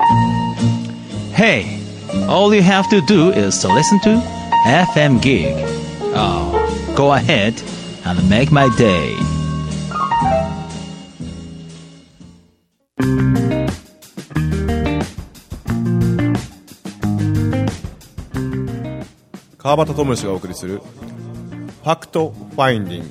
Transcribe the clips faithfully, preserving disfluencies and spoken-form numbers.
Hey, all you have to do is to listen to エフエム Gig. Oh, go ahead and make my day. 川端智之がお送りするファクトファインディング。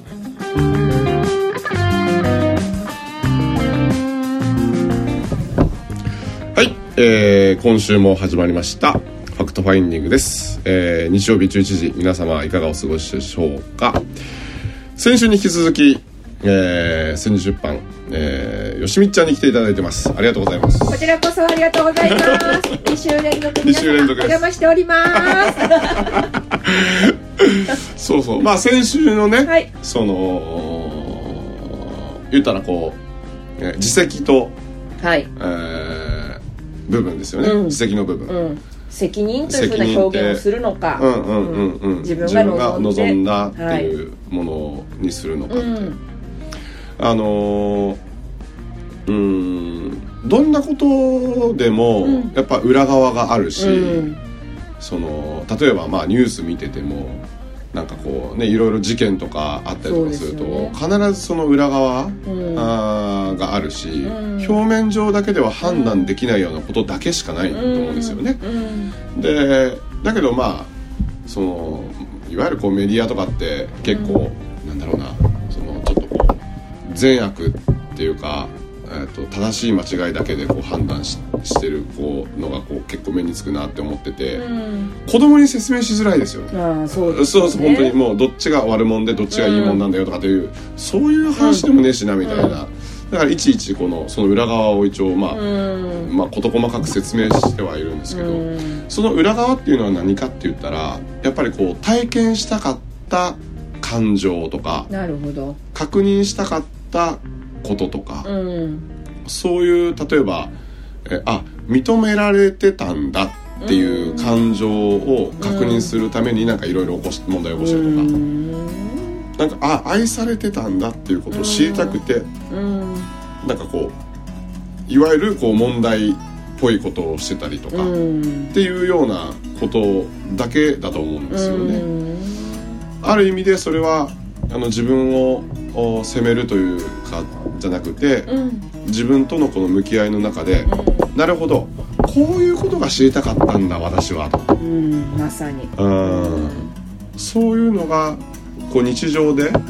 はい、えー、今週も始まりましたファクトファインディングです、えー、日曜日じゅういちじ、皆様いかがお過ごしでしょうか。先週に引き続き、えー、千住出版、えー、よしみっちゃんに来ていただいてます。ありがとうございます。 こちらこそありがとうございますに週連続皆様お邪魔しておりますそうそう、まあ先週のね、 はい、 その言ったらこう、えー、自責と、はい、えー、部分ですよね、うん、自責の部分、うん、 責任というふうな表現をするのか、 うんうんうんうん、 自分が望んで、 自分が望んだっていうものにするのかっていう、はい、あのー、うーんどんなことでも、うん、やっぱ裏側があるし、うん、その例えばまあニュース見ててもなんかこうね、いろいろ事件とかあったりとかすると、ね、必ずその裏側、うん、あがあるし、うん、表面上だけでは判断できないようなことだけしかないと思うんですよね、うんうん、でだけどまあそのいわゆるこうメディアとかって結構、うん、なんだろうな、そのちょっとこう善悪っていうか、えー、と正しい間違いだけでこう判断 し, してるこうのがこう結構目につくなって思ってて、うん、子供に説明しづらいですよね。あ、そうですね。そうそう、本当にもうどっちが悪者でどっちがいいもんなんだよとかという、うん、そういう話でもねえしなみたいな、うん、だからいちいちこのその裏側を一応まあ、うんまあ、事細かく説明してはいるんですけど、うん、その裏側っていうのは何かって言ったらやっぱりこう体験したかった感情とか、なるほど、確認したかったこととか、うん、そういう例えばえあ認められてたんだっていう感情を確認するためになんかいろいろ問題を起こしたりとか、うん、なんかあ愛されてたんだっていうことを知りたくて、うん、なんかこういわゆるこう問題っぽいことをしてたりとか、うん、っていうようなことだけだと思うんですよね、うん、ある意味でそれはあの自分を責めるというかじゃなくて、うん、自分とのこの向き合いの中で、うん、なるほどこういうことが知りたかったんだ私はと、うん、まさに、うん、そういうのがこう日常で、うん、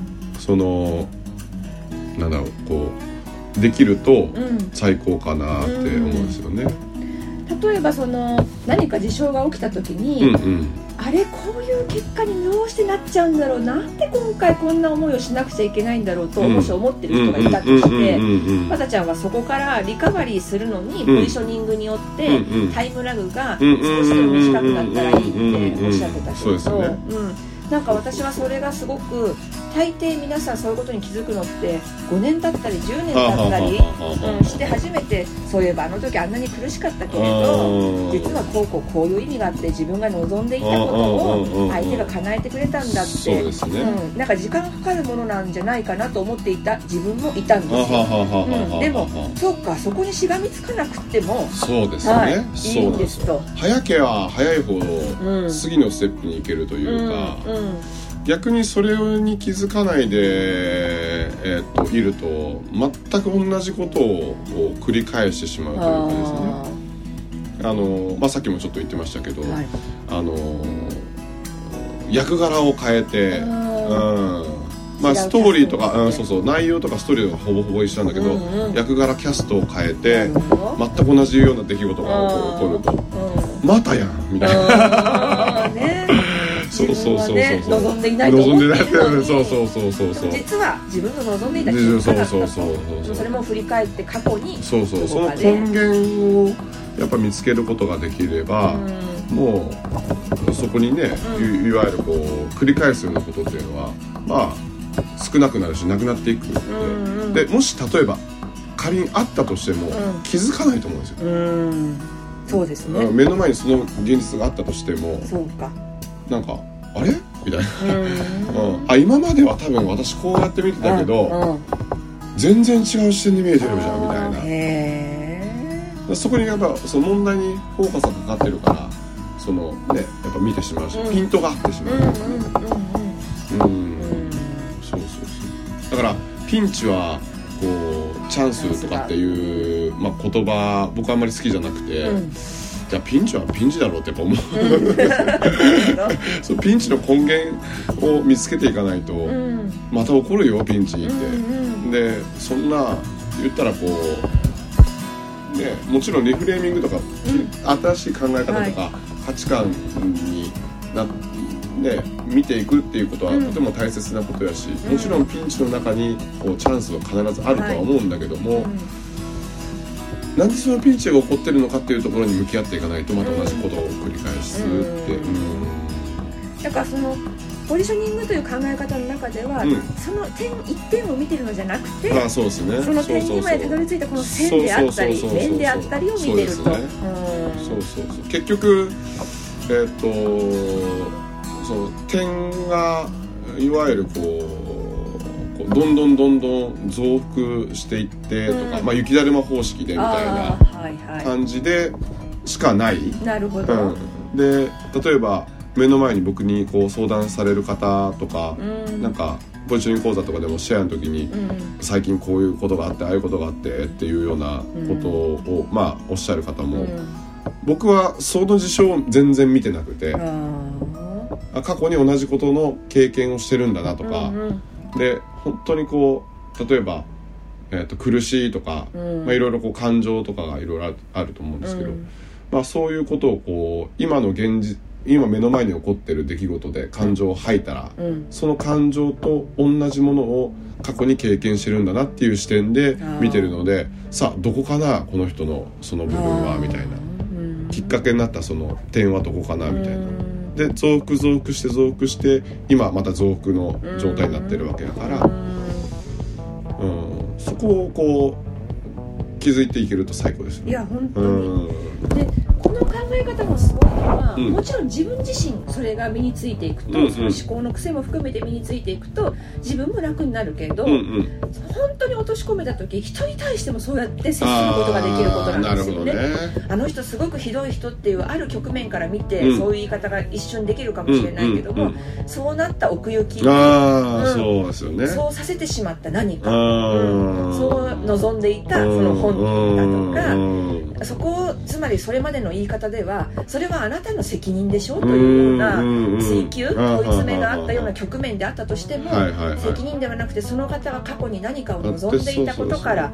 そのなんだろうこうできると最高かなって思うんですよね、 うん、例えばその何か事象が起きた時に、うんうん、あれこういう結果にどうしてなっちゃうんだろう、なんで今回こんな思いをしなくちゃいけないんだろうと、うん、もし思ってる人がいたとしてまさちゃんはそこからリカバリーするのにポジショニングによってタイムラグが少しでも短くなったらいいっておっしゃってたけど、なんか私はそれがすごく大抵皆さんそういうことに気づくのってごねん経ったりじゅうねん経ったり、うん、して初めてそういえばあの時あんなに苦しかったけれど実はこうこうこういう意味があって自分が望んでいたことを相手が叶えてくれたんだって、そうですね、うん、なんか時間かかるものなんじゃないかなと思っていた自分もいたんですよ、うん、でもそうかそこにしがみつかなくってもそうですね、はい、いいんですと、 早けは早いほど次のステップに行けるというか、うんうんうん、逆にそれに気づかないで、えー、っといると全く同じことを繰り返してしまうというかですね、あの、まあ、さっきもちょっと言ってましたけど、はい、あの役柄を変えて、うんまあ、ストーリーとか、うん、そうそう内容とかストーリーとかほぼほぼ一緒なんだけど、うんうん、役柄キャストを変えて全く同じような出来事が起こると、うん、またやんみたいなねそうそうそうそう、ね、 望んでいないと思っているのに、 そうそうそうそうそう、 実は自分の望んでいた結果だったと、そうそうそうそう、それも振り返って過去にそうそうその根源をやっぱ見つけることができれば、うん、もうそこにね、うん、い, いわゆるこう繰り返すようなことっていうのはまあ少なくなるしなくなっていくので、うんうん、でもし例えば仮にあったとしても、うん、気づかないと思うんですよ、うん、 そうですね、 目の前にその現実があったとしても、 そうかなんかあれみたいな、うんうん、あ今までは多分私こうやって見てたけど、うんうん、全然違う視点で見えてるじゃんみたいな、へそこにやっぱその問題にフォーカスがかかってるからそのねやっぱ見てしまうし、うん、ピントが合ってしまう。うんうんうんうん。うん、そうそうそう。だからピンチはこうチャンスとかっていう、まあ、言葉僕あんまり好きじゃなくて、うん、じゃあピンチはピンチだろうってやっぱ思う、うん、そうピンチの根源を見つけていかないと、うん、また起こるよピンチって、うんうん、でそんな言ったらこうねもちろんリフレーミングとか、うん、新しい考え方とか、はい、価値観になね、見ていくっていうことはとても大切なことやし、うん、もちろんピンチの中にこうチャンスは必ずあるとは思うんだけども、はいうん、なんでそのピンチが起こってるのかっていうところに向き合っていかないとまた同じことを繰り返すって、うんうん、だからそのポジショニングという考え方の中では、うん、その点一点を見てるのじゃなくて、 まあそうですね、 その点にまでたどり着いたこの線であったり面であったりを見てると、そうそうそう結局えー、っとその点がいわゆるこう、こうどんどんどんどん増幅していってとか、うんまあ、雪だるま方式でみたいな感じでしかない。 なるほど、 うん、で例えば目の前に僕にこう相談される方とか、うん、なんかポジショニング講座とかでもシェアの時に、うん、最近こういうことがあってああいうことがあってっていうようなことを、うん、まあおっしゃる方も、うん、僕はその事象を全然見てなくて、過去に同じことの経験をしてるんだなとか、うんうん、で本当にこう例えば、えー、と苦しいとか、うんまあ、いろいろこう感情とかがいろいろあると思うんですけど、うんまあ、そういうことをこう今の現実今目の前に起こってる出来事で感情を吐いたら、うん、その感情と同じものを過去に経験してるんだなっていう視点で見てるので、さあどこかなこの人のその部分はみたいな、うん、きっかけになったその点はどこかなみたいな、うんで増幅増幅して増幅して今また増幅の状態になってるわけだから、うん、そこをこう気づいていけると最高ですよね。 いや本当に、うん、でこの考え方もすごいのは、うん、もちろん自分自身それが身についていくと、うんうん、その思考の癖も含めて身についていくと自分も楽になるけど、うんうん、本当に落とし込めた時人に対してもそうやって接することができることなんですよね。 あ, なるほどね。あの人すごくひどい人っていうある局面から見て、うん、そういう言い方が一瞬できるかもしれないけども、うんうんうん、そうなった奥行きに、 あ、うん、そうですよね。 そうさせてしまった何か、うん、そう望んでいたその本人だとか、うん、そこをつまりそれまでの言い方ではそれはあなたの責任でしょというような追求問い詰めがあったような局面であったとしても、はいはいはい、責任ではなくてその方が過去に何かを望んでいたことから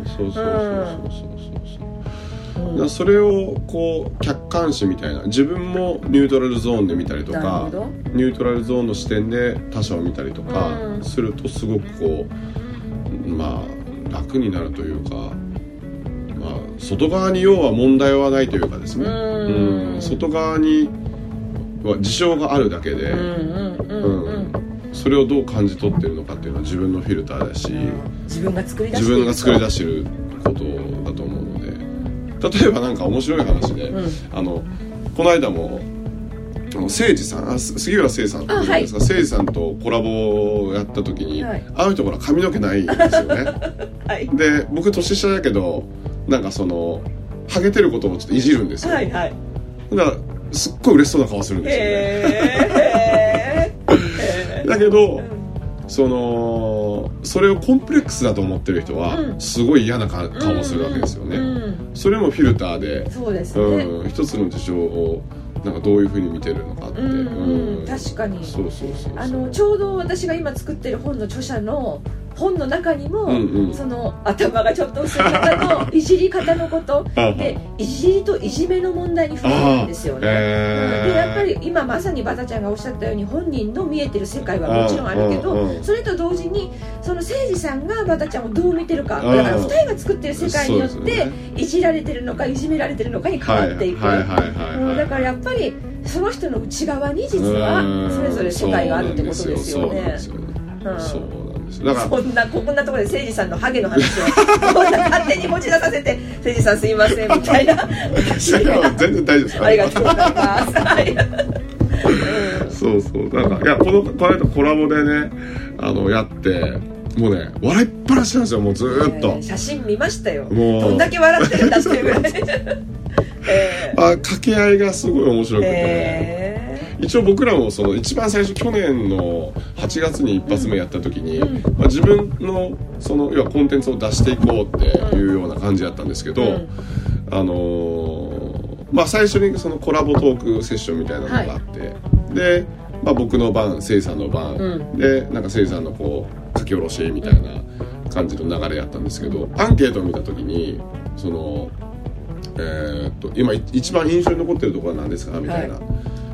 それをこう客観視みたいな自分もニュートラルゾーンで見たりとかニュートラルゾーンの視点で他者を見たりとかするとすごくこうまあ楽になるというか、まあ、外側に要は問題はないというかですね、うんうん、外側には事象があるだけで、うんうんうんうん、それをどう感じ取ってるのかっていうのは自分のフィルターだし、 自分が作り出して自分が作り出してることだと思うので、例えばなんか面白い話で、うん、あのこの間も誠司さんあ杉浦誠司さんですか、はい、誠司さんとコラボをやった時に、はい、あの人ほら髪の毛ないんですよね、はい、で僕年下だけどなんかそのハゲてることをちょっといじるんですよ、はいはい、だからすっごい嬉しそうな顔するんですよね、えー、だけど、うん、そのそれをコンプレックスだと思ってる人は、うん、すごい嫌な顔をするわけですよね、うんうん、それもフィルターで、 そうですね、 うん、一つの事象をなんかどういう風に見てるのかって、うんうん、確かにそうそうそうそう、 あのちょうど私が今作ってる本の著者の本の中にも、うんうん、その頭がちょっと薄い方のいじり方のことでいじりといじめの問題に触れるんですよね、えー、でやっぱり今まさにバタちゃんがおっしゃったように本人の見えてる世界はもちろんあるけど、それと同時にその誠司さんがバタちゃんをどう見てるか、だからふたりが作ってる世界によっていじられてるのかいじめられてるのかに変わっていく、だからやっぱりその人の内側に実はそれぞれ世界があるってことですよね。だからそんなこんなところで誠司さんのハゲの話をこんな勝手に持ち出させて誠司さんすいませんみたいな全然大丈夫です。 ありがとうございます、はい、 そうそうなんかいやこのこの間コラボでねあのやってもうね笑いっぱなしなんですよ、もうずーっと、えー、写真見ましたよ、 もうどんだけ笑ってるんだっていうぐらい、 えー、あ掛け合いがすごい面白くて、えー、一応僕らもその一番最初去年のはちがつに一発目やった時に、うんまあ、自分のその要はコンテンツを出していこうっていうような感じだったんですけど、うん、あのー、まあ最初にそのコラボトークセッションみたいなのがあって、はい、で、まあ、僕の番、せいさんの番、うん、でなんかせいさんのこう書き下ろしみたいな感じの流れやったんですけど、アンケートを見た時にそのえー、っと今一番印象に残ってるところは何ですかみたいな、はい、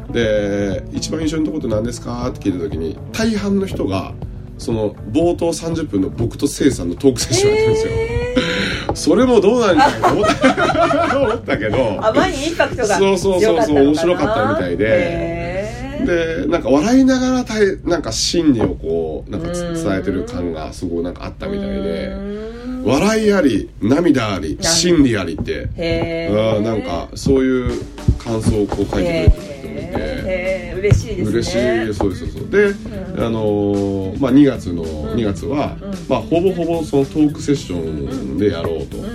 で一番印象に残ってる何ですかって聞いた時に大半の人がその冒頭さんじゅっぷんの僕とせいさんのトークセッションやったんですよ、えー、それもどうなんだと思った思ったけどあまりにインパクトがそうそうそうそう面白かったみたいで、えー、でなんか笑いながらなんか真理をこうなんか伝えてる感がすごいなんかあったみたいで、笑いあり涙あり真理ありってへーなんかそういう感想をこう書いてくれてる人もいてへー嬉しいですね嬉しいそうですそうで、うん、あのー、まあにがつの、うん、にがつは、うんまあ、ほぼほぼそのトークセッションでやろうと、うん、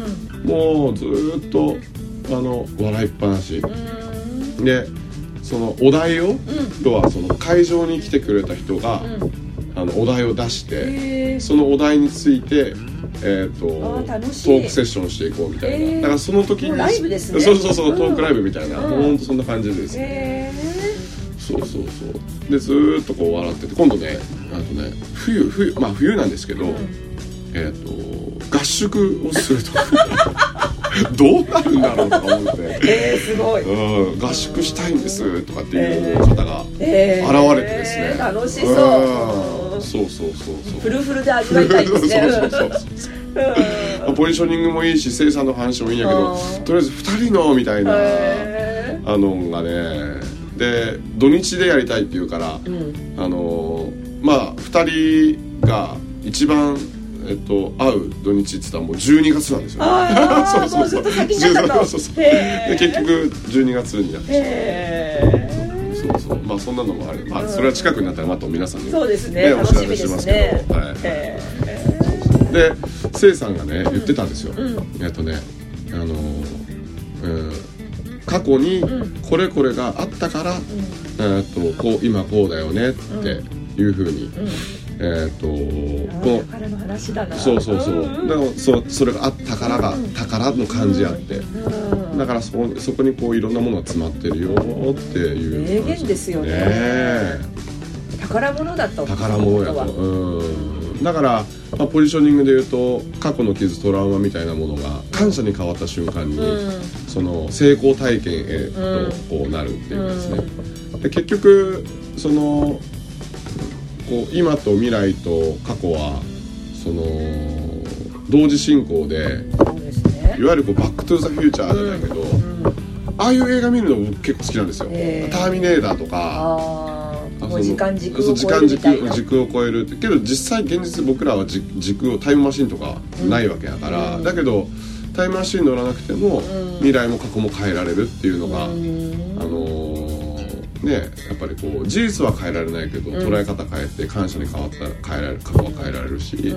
もうずっとあの笑いっぱなし、うん、でそのお題を、うん、要はその会場に来てくれた人が、うん、あのお題を出してそのお題についてえー、とトークセッションしていこうみたいな、えー、だからその時にライブですねそうそうそう、うん、トークライブみたいな、うん、もうほんとそんな感じですね、えー、そうそうそうでずーっとこう笑ってて今度ねあとね冬冬まあ冬なんですけど、うん、えー、と合宿をするとどうなるんだろうとか思ってえー、すごい、 うん、合宿したいんですとかっていう方が現れてですね、 えー、楽しそう、 うんそうそうそうそうフルフルで味わいたいですねそうそうそうそうポジショニングもいいし生産の話もいいんやけどとりあえずふたりのみたいなあのがねで土日でやりたいっていうから、うん、あのまあふたりが一番えっと、会う土日って言ったらもうじゅうにがつなんですよ、ね、 そうそうそうもうずっと先になったとそうそうそうで結局じゅうにがつになってしまうそうそうまあそんなのもある、まあ、それは近くになったらまた皆さんに、ね、 そうですねお知らせしますけど、はい、でせいさんがね言ってたんですよ、うん、えっとねあの、うん、過去にこれこれがあったから、うん、えっとこう今こうだよねっていうふうに、うんうんえー、とこ宝の話だなそうそうそう、うん、だから そ, それがあったからが宝の感じあって、うん、だからそ こ, そこにこういろんなものが詰まってるよっていう名言ですよ ね, ね宝物だと宝物やと、うん、だから、まあ、ポジショニングでいうと過去の傷トラウマみたいなものが感謝に変わった瞬間に、うん、その成功体験へとこうなるっていうですね、うん、で結局そのこう今と未来と過去はその同時進行 で, そうです、ね、いわゆるこうバックトゥーザフューチャーじゃないけど、うんうん、ああいう映画見るの僕結構好きなんですよ、えー、ターミネーターとかあもう時間軸を超えるみたいな時間 軸, 軸を超えるってけど実際現実僕らは軸をタイムマシンとかないわけやから、うん、だけどタイムマシン乗らなくても、うん、未来も過去も変えられるっていうのが、うん、あのーね、やっぱりこう事実は変えられないけど、うん、捉え方変えて感謝に変わったら変えられる過去は変えられるし、うん、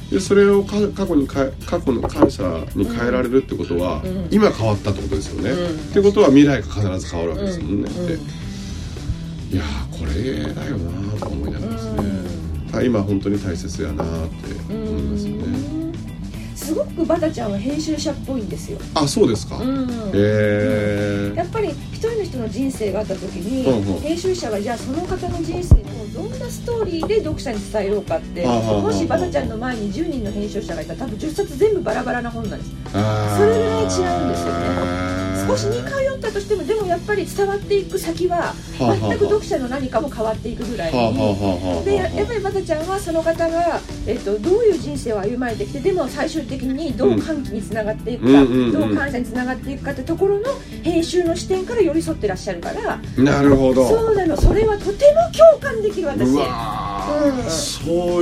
でそれをか過去にか過去の感謝に変えられるってことは、うん、今変わったってことですよね、うん、ってことは未来が必ず変わるわけですもんね、うん、でいやーこれだよなと思いながらですね、うん、今本当に大切やなって思いますよね。 すごくバタちゃんは編集者っぽいんですよ。 あ、そうですか。うん、へー、やっぱり一人の人の人生があった時に、うんうん、編集者がじゃあその方の人生をどんなストーリーで読者に伝えようかって、もしバタちゃんの前にじゅうにんの編集者がいたら多分じゅっさつ全部バラバラな本なんです。それぐらい違うんですよね。少し似通ったとしてもでもやっぱり伝わっていく先は全く読者の何かも変わっていくぐらいにで、やっぱりバタちゃんはその方が、えっと、どういう人生を歩まれてきてでも最終的にどう歓喜につながっていくか、うん、どう感謝につながっていくかってところの編集の視点から寄り添ってらっしゃるから。 なるほど。 そうなの。それはとても共感できる私。うわ、 うん、そう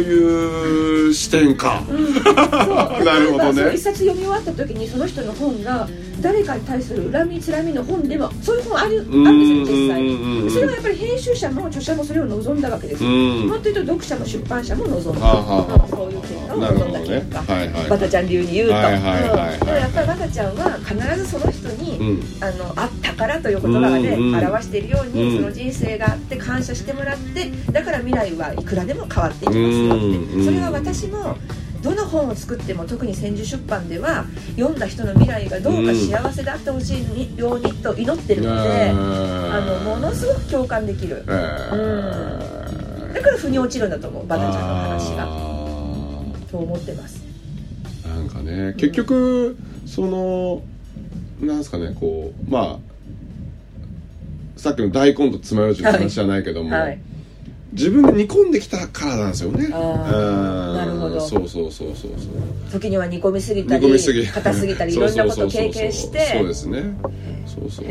いう視点か、うん、そうなるほどね。そう一冊読み終わった時にその人の本が誰かに対する恨みつらみの本でもそういう本ある、あるんですよ実際に。それはやっぱり編集者も著者もそれを望んだわけですよ。もっと言うと読者も出版社も望んだ、そういう結果を望んだ結果、ねはいはい、バタちゃん流に言うと、はいはいはいはい、だからやっぱりバタちゃんは必ずその人に、うん、あのあったからという言葉で表しているように、うん、その人生があって感謝してもらって、だから未来はいくらでも変わっていきますよって、うん、それは私もどの本を作っても特に千住出版では読んだ人の未来がどうか幸せであってほしいようにと祈ってるので、うん、あのものすごく共感できる、えーうん、だから腑に落ちるんだと思うバタちゃんの話がと思ってます。 なんかね結局、うん、そのなんですかねこうまあさっきの大根と爪楊枝の話じゃないけども、はいはい、自分で煮込んできたからなんですよね。あなるほど。 そうそうそうそうそう。 時には煮込みすぎたり硬すぎたりいろんなことを経験してそうですね。そうそうそう。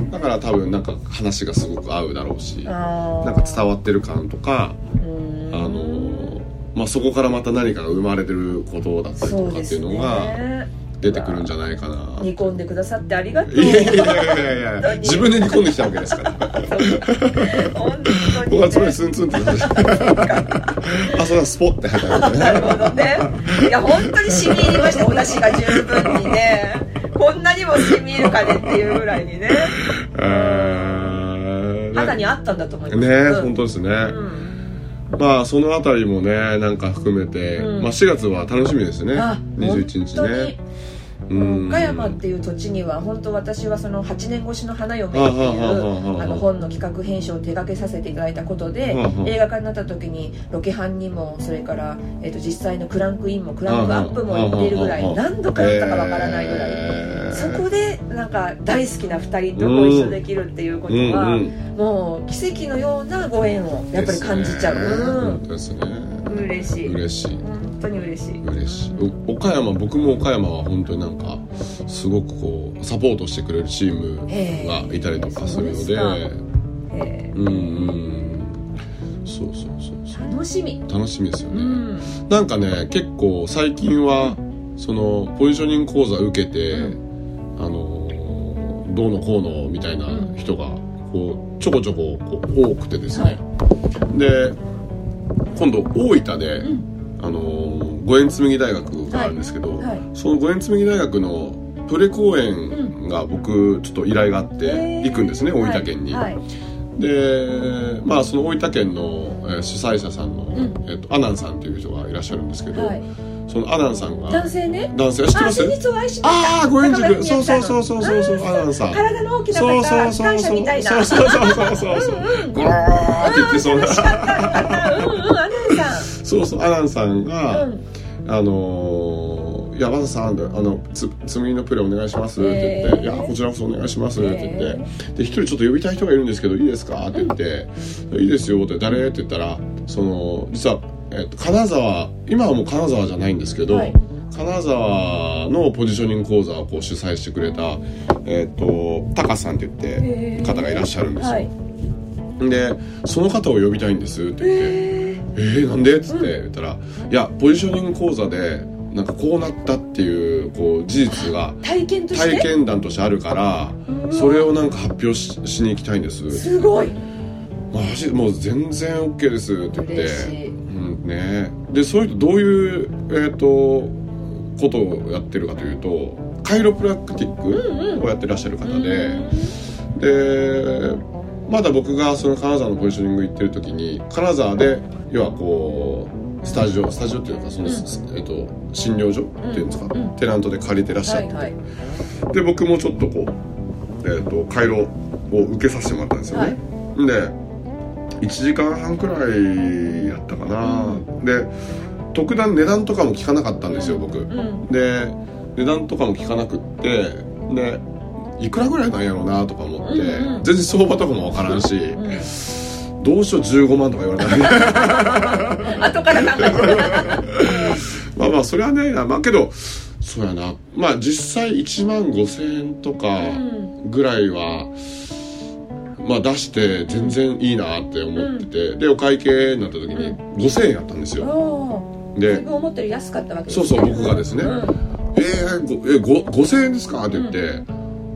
だから多分なんか話がすごく合うだろうし、なんか伝わってる感とか、あのまあそこからまた何かが生まれてることだったりとかっていうのが出てくるんじゃないかな。 煮込んでくださってありがとう。 いやいやいやいやいや自分で煮込んできたわけですから。 本当に、ね、 僕はそれツンツンって話あ、それはスポッて入ったなるほどね。いや本当に染み入りました。お出汁が十分にね。こんなにも染み入るかねっていうぐらいにね。肌にあったんだと思います。 ね、うん、本当ですね。うんまあそのあたりもねなんか含めて、うんまあ、しがつは楽しみですね。にじゅういちにちね。 岡山っていう土地には本当私はそのはちねん越しの花嫁っていうあの本の企画編集を手掛けさせていただいたことで映画化になった時にロケハンにもそれから、えー、と実際のクランクインもクランクアップも行っているぐらい何度かやったかわからないぐらいそこでなんか大好きなふたりとご一緒できるっていうことはもう奇跡のようなご縁をやっぱり感じちゃう。 本当ですね。 嬉しい嬉しい本当に嬉しい嬉しい。岡山僕も岡山は本当になんかすごくこうサポートしてくれるチームがいたりとかするので、うんうんそうそうそうそう楽しみ楽しみですよね、うん、なんかね結構最近はそのポジショニング講座受けて、うん、あのどうのこうのみたいな人がこうちょこちょここう多くてですね、はい、で今度大分で、うん、あの五円紬大学があるんですけど、はいはい、その五円紬大学のプレ公演が僕ちょっと依頼があって行くんですね、うん、大分県に、はいはい、でまあその大分県の、えー、主催者さんの、うんえー、とアナンさんっていう人がいらっしゃるんですけど、はい、そのアナンさんが男性ね男性知ってます？ あ先日お会いしました。 ああご縁塾そうそうそうそうそうそうアナンさん体の大きな方そうそうそうそうみたいなそうそうそうそうそうそうゴローって言ってそうなうんうんアナンさんそうそうアナンさんが、うん、あのーいや、バタさん、あの、つ、つむぎのプレお願いしますって言って、いや、こちらこそお願いしますって言って、で、一人ちょっと呼びたい人がいるんですけど、いいですかって言って、いいですよって、誰って言ったら、その、実は、えっと、金沢、今はもう金沢じゃないんですけど、はい、金沢のポジショニング講座をこう主催してくれた、えっと、タカさんって言って、方がいらっしゃるんですよ。はい、で、その方を呼びたいんですって言って、えー、なんでっつって言ったら、いや、ポジショニング講座で、なんかこうなったっていうこう事実が体験として体験談としてあるからそれをなんか発表 し, しに行きたいんです。 すごいマジもう全然 OK ですって言って嬉しい、うんね、でそういうとどういう、えー、とことをやってるかというとカイロプラクティックをやってらっしゃる方で、うんうん、でまだ僕がその金沢のポジショニング行ってる時に金沢で要はこうスタジオスタジオっていうかその、うんえっと、診療所っていうんですか、うん、テナントで借りてらっしゃって、はいはい、で僕もちょっとこう、えっと、回路を受けさせてもらったんですよね、はい、でいちじかんはんくらいやったかな、うん、で特段値段とかも聞かなかったんですよ僕、うん、で値段とかも聞かなくってでいくらぐらいなんやろうなとか思って、うんうん、全然相場とかもわからんし、うんどうしようじゅうごまんとか言われたら後から考えてまあまあそれはねまあけどそうやなまあ実際いちまんごせんえんとかぐらいは、うん、まあ出して全然いいなって思ってて、うん、でお会計になった時にごせんえんやったんですよ、 うん、で自分思ったより安かったわけですね。そうそう僕がですね、うん、えー、えごごせんえんですかって言って、うん、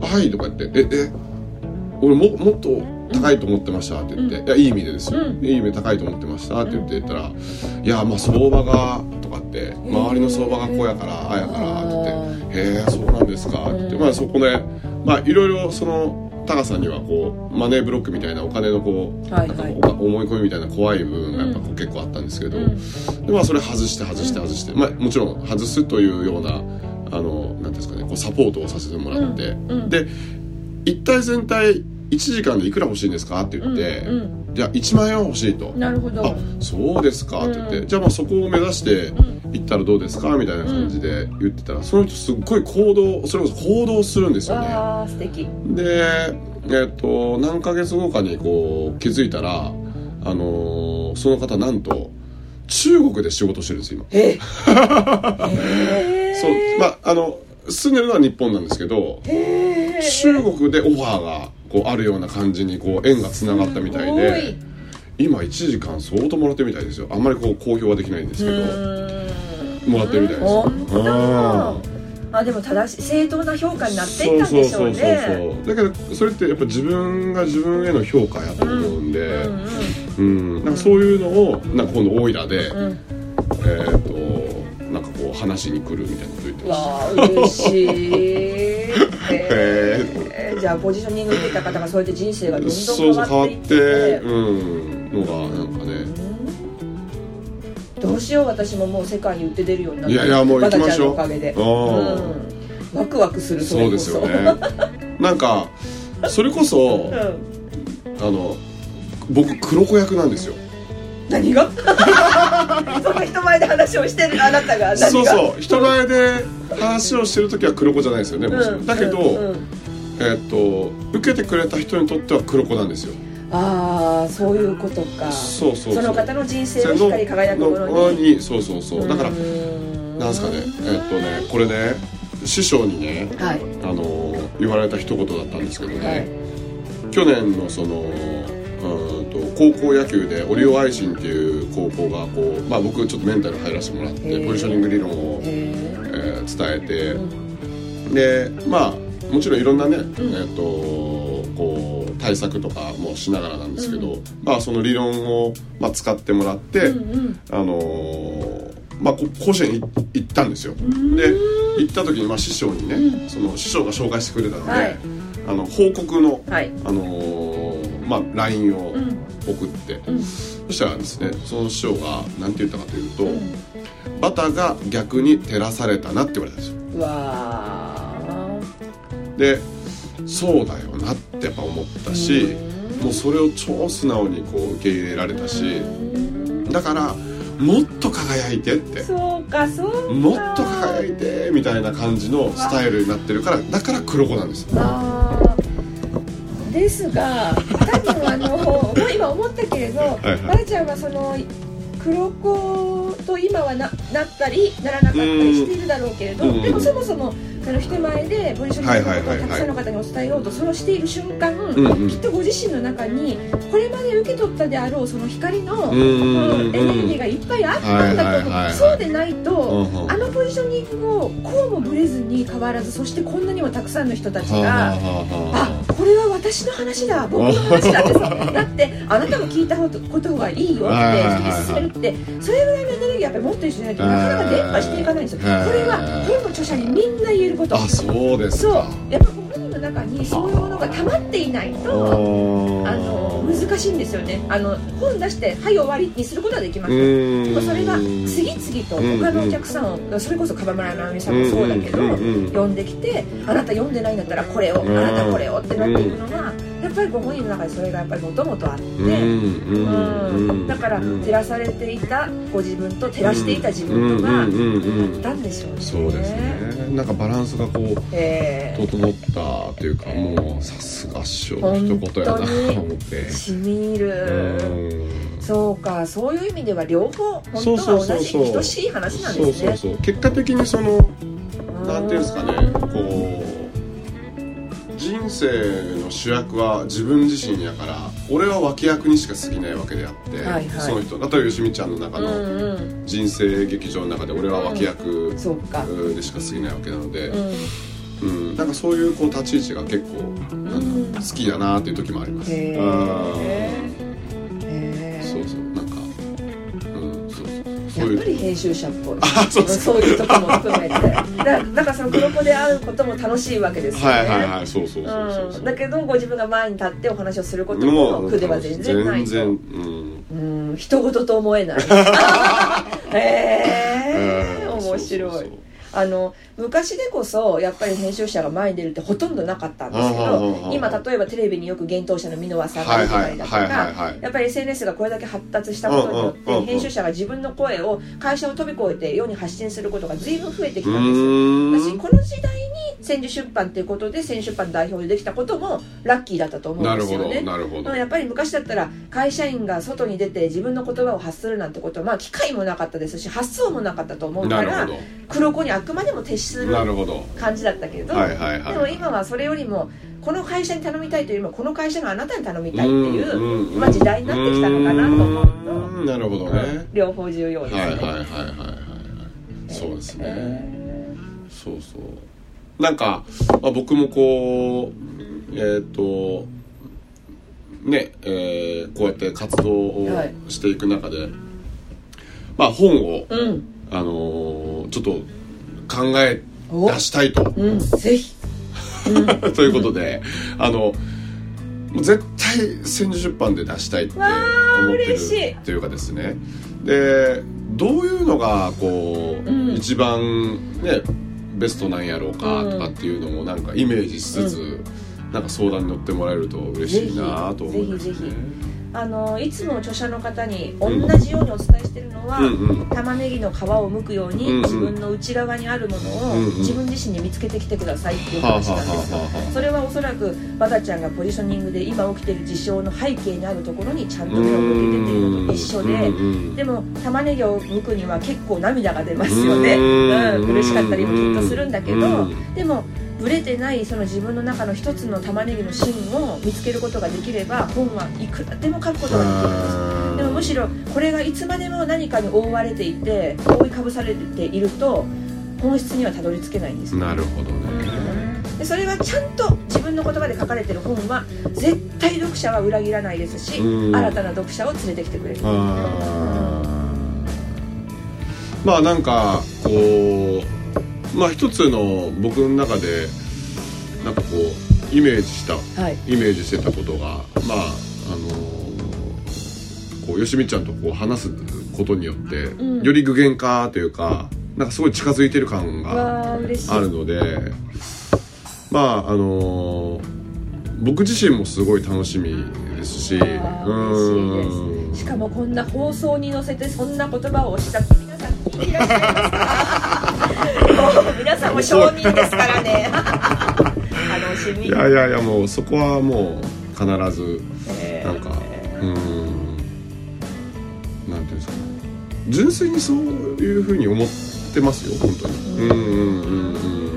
はいとか言ってええ俺 も, もっと高いと思ってましたって言って、うん、いやいい意味でですよ、うん、いい意味で高いと思ってましたって言って言ったら、うん、いやまあ相場がとかって周りの相場がこうやからあやからって言ってへえそうなんですかって言って、まあそこでまあいろいろそのタカさんにはこうマネーブロックみたいなお金のこう、はいはい、なんか思い込みみたいな怖い部分がやっぱこう結構あったんですけど、うん、でまあそれ外して外して外して、まあもちろん外すというようなあのなんですかねこうサポートをさせてもらって、うんうん、で一体全体いちじかんでいくら欲しいんですかって言って、うんうん、じゃあいちまんえんは欲しいと。なるほど。あ、そうですかって言って、うん、じゃあまあそこを目指して行ったらどうですかみたいな感じで言ってたら、その人すっごい行動、それこそ行動するんですよね。 あー素敵。 で、えっと何ヶ月後かにこう気づいたら、あのー、その方なんと中国で仕事してるんです今。えそうまああの住んでるのは日本なんですけど、中国でオファーがこうあるような感じにこう縁がつながったみたいで、今いちじかん相当もらってるみたいですよ。あんまりこう公表はできないんですけどもらってるみたいですよ。 ああでも正しい正当な評価になっていったんでしょうね。そうそうそうそう。だけどそれってやっぱ自分が自分への評価やと思うんで、うん、うんうん、なんかそういうのをなんか今度オイラで、うん、えー、っとなんかこう話に来るみたいなこと言ってました。 わー嬉しい。えー、じゃあポジショニング受けた方がそうやって人生がどんどん変わっていって、 そうそう変わって、うん、のがなんかね、 どうしよう私ももう世界に売って出るようになって、 いやいやもう行きましょう。 バタちゃんのおかげで、うん、ワクワクする。 それこそそうですよね。なんかそれこそ、うん、あの僕黒子役なんですよ。 何がその人前で話をしてるあなたが何がそうそう人前で話をしてるときは黒子じゃないですよね、もちろん、うん、だけど、うんうん、えー、っと受けてくれた人にとっては黒子なんですよ。 ああそういうことか。 そうそうそうその方の人生の光り輝くものに、 にそうそうそうだからなんすかねえー、っとねこれね師匠にね、はい、あの言われた一言だったんですけどね、はい、去年のそのうんと高校野球でオリオ愛心っていう高校がこう、まあ、僕ちょっとメンタル入らせてもらってポジショニング理論を、えー、伝えて、うん、でまあもちろんいろんなね、うん、えー、とこう対策とかもしながらなんですけど、うん、まあその理論を、まあ、使ってもらって、うんうん、あのー、まあ甲子園行ったんですよ。で行った時にまあ師匠にね、うん、その師匠が紹介してくれたので、はい、あの報告の、はい、あのーまあ、ライン を送って、うん、そしたらですねその師匠が何て言ったかというと、うん、バタが逆に照らされたなって言われたんですよ。うわでそうだよなってやっぱ思ったし、うん、もうそれを超素直にこう受け入れられたし、うん、だからもっと輝いてってそうかそうかもっと輝いてみたいな感じのスタイルになってるからだから黒子なんですよ。 ですが多分あの今思ったけれどはい、はい、バラちゃんはその黒子と今は な, なったりならなかったりしているだろうけれど、でもそもそもその人前でポジショニングのことをたくさんの方にお伝えようとそれをしている瞬間、うんうん、きっとご自身の中にこれまで受け取ったであろうその光の、うん、エネルギーがいっぱいあったんだと思う、はいはいはいはい、そうでないと、うんうん、あのポジショニングをこうもぶれずに変わらずそしてこんなにもたくさんの人たちがあこれは私の話だ僕の話だってさだってあなたも聞いたことがいいよって引き進めるってそれぐらいのエネルギーやっぱり持ってる人じゃないとなかなか伝播していかないんですよ。これは本の著者にみんな言えること。 あ、そうですか。そうやっぱご本人の中にそういうものが溜まっていないとあの難しいんですよね。あの本出してはい終わりにすることはできます。でもそれが次々と他のお客さんをそれこそ樺村直美さんもそうだけど呼んできてあなた読んでないんだったらこれをあなたこれをってなっていくのがやっぱりご本人の中でそれがやっぱりもともとあって、うん、だから照らされていたご自分と照らしていた自分とがあったんでしょうね。 そうですね。なんかバランスがこう、えー、整ったというかもうさすが師匠の一言やなと思ってしみる。そうかそういう意味では両方本当は同じ等しい話なんですね。そうそうそう結果的にそのなんていうんですかねこう人生の主役は自分自身やから俺は脇役にしか過ぎないわけであって、はいはい、その人例えばよしみちゃんの中の人生劇場の中で俺は脇役でしか過ぎないわけなので、うんうん、なんかそういうこう立ち位置が結構なんか好きだなっていう時もあります。へー、そうそうなんか、うん、そうそうやっぱり編集者っぽい。あ、そうそう、そういうとこも含めてだ, だからその黒子で会うことも楽しいわけですよね。はいはいはい、そうそうそうそう、うん、だけどご自分が前に立ってお話をすることも苦では全然ないと。全然、うん、うん、人事と思えない。へー、面白い。そうそうそう、あの昔でこそやっぱり編集者が前に出るってほとんどなかったんですけど、今例えばテレビによく幻冬舎の箕輪さんが出てたりだとか、やっぱり エスエヌエス がこれだけ発達したことによって編集者が自分の声を会社を飛び越えて世に発信することが随分増えてきたんですよ。私この時代に千住出版っていうことで千住出版代表でできたこともラッキーだったと思うんですよね。なるほど、なるほど。やっぱり昔だったら会社員が外に出て自分の言葉を発するなんてことは、まあ機会もなかったですし発想もなかったと思うから、黒子にあくまでも徹する感じだったけど、はいはいはい、でも今はそれよりもこの会社に頼みたいというよりもこの会社があなたに頼みたいっていう、うんうん、まあ、時代になってきたのかなと思うと、 なるほどね、 うん、両方重要ですね。はいはいはいはいはい、 そうですね、えー、そうそうなんか、まあ、僕もこうえっ、ー、とねえー、こうやって活動をしていく中で、はい、まあ本を、うん、あのー、ちょっと考え出したいと、 うん、ぜひ、 うん、ということで、あの絶対千住出版で出したいって思ってるというかですね、でどういうのがこう、うん、一番ねベストなんやろうかとかっていうのもなんかイメージしつつ、うん、なんか相談に乗ってもらえると嬉しいなと思いますね。ぜひぜひあのいつも著者の方に同じようにお伝えしているのは、うんうん、玉ねぎの皮を剥くように、うんうん、自分の内側にあるものを、うんうん、自分自身に見つけてきてくださいっていう話なんですよ。それはおそらくバタちゃんがポジショニングで今起きている事象の背景にあるところにちゃんと目を向けてているのと一緒で、うんうん、でも玉ねぎを剥くには結構涙が出ますよね、うんうん、苦しかったりもきっとするんだけど、うん、でもブレてないその自分の中の一つの玉ねぎの芯を見つけることができれば本はいくらでも書くことができるんです。でもむしろこれがいつまでも何かに覆われていて覆いかぶされていると本質にはたどり着けないんですよ。 なるほどね。 でそれがちゃんと自分の言葉で書かれている本は絶対読者は裏切らないですし、新たな読者を連れてきてくれる。あ、 まあなんかこうまあ一つの僕の中でなんかこうイメージした、はい、イメージしてたことがまああのー、こうよしみちゃんとこう話すことによって、うん、より具現化というかなんかすごい近づいてる感があるので、まああのー、僕自身もすごい楽しみですし、 うん、しかもこんな放送に乗せてそんな言葉をおっしゃって皆さん聞いていらっしゃいますか？もう皆さんも承認ですからね。楽しみ。 いやいやいやもうそこはもう必ずなんか、えー、うーんなんていうんですかね、純粋にそういう風に思ってますよ本当に。うんうんうんうん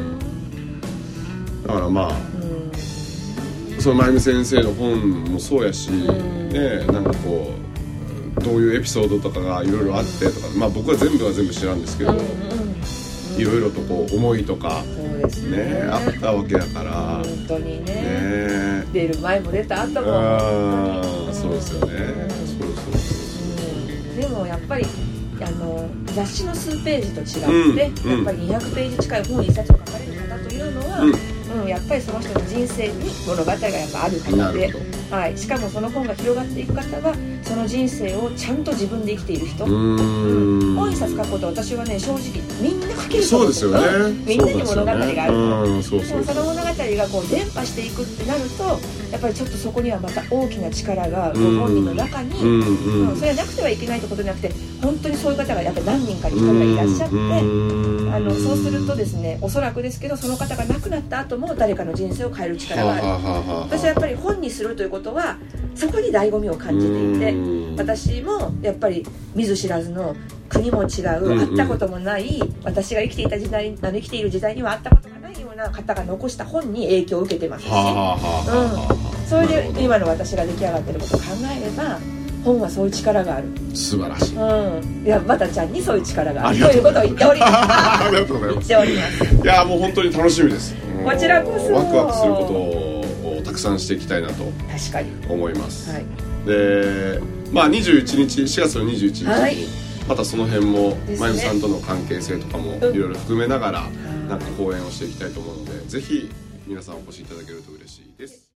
。だからまあ、うん、そのまゆみ先生の本もそうやし、うん、ね、なんかこうどういうエピソードとかがいろいろあってとか、まあ僕は全部は全部知らんですけど。うんうん、いろいろとこう思いとか、そうですね、ね、あったわけだから本当に ね, ね出る前も出た後もあ、 うん、そうですよね、うん、そうそうそう、 うん、でもやっぱりあの雑誌の数ページと違って、うん、やっぱりにひゃくページ近い本一冊を書かれる方というのは、うんうん、やっぱりその人の人生に物語がやっぱある方で、はい、しかもその本が広がっていく方はその人生をちゃんと自分で生きている人、うーん、本一冊書くことは私はね正直みんな書けると思うんですよ。そうですよね、みんなに物語があるから、うん、そうそうそう、でもその物語がこう伝播していくってなるとやっぱりちょっとそこにはまた大きな力がご本人の中に、うんうんうん、それはなくてはいけないってことじゃなくて本当にそういう方がやっぱり何人かに一人がいらっしゃって、うん、あのそうするとですねおそらくですけどその方が亡くなった後も誰かの人生を変える力がある。はははは私はやっぱり本にするということはそこに醍醐味を感じていて、私もやっぱり見ず知らずの国も違う、うんうん、会ったこともない私が生きていた時代生きている時代には会ったことがないようなな方が残した本に影響を受けてますし、 はあはあはあ、 うん、それで今の私が出来上がってることを考えれば本はそういう力がある。 素晴らしい、 うん、いやバタちゃんにそういう力があるありがとうということを言っておりますありがとうございます。 言っております。 いやもう本当に楽しみです。 こちらこそワクワクすることをたくさんしていきたいなと確かに思います、 はい、 でまあにじゅういちにちしがつのにじゅういちにちに、はい、またその辺もまゆみさんとの関係性とかもいろいろ含めながら、うん、なんか講演をしていきたいと思うので、ぜひ皆さんお越しいただけると嬉しいです。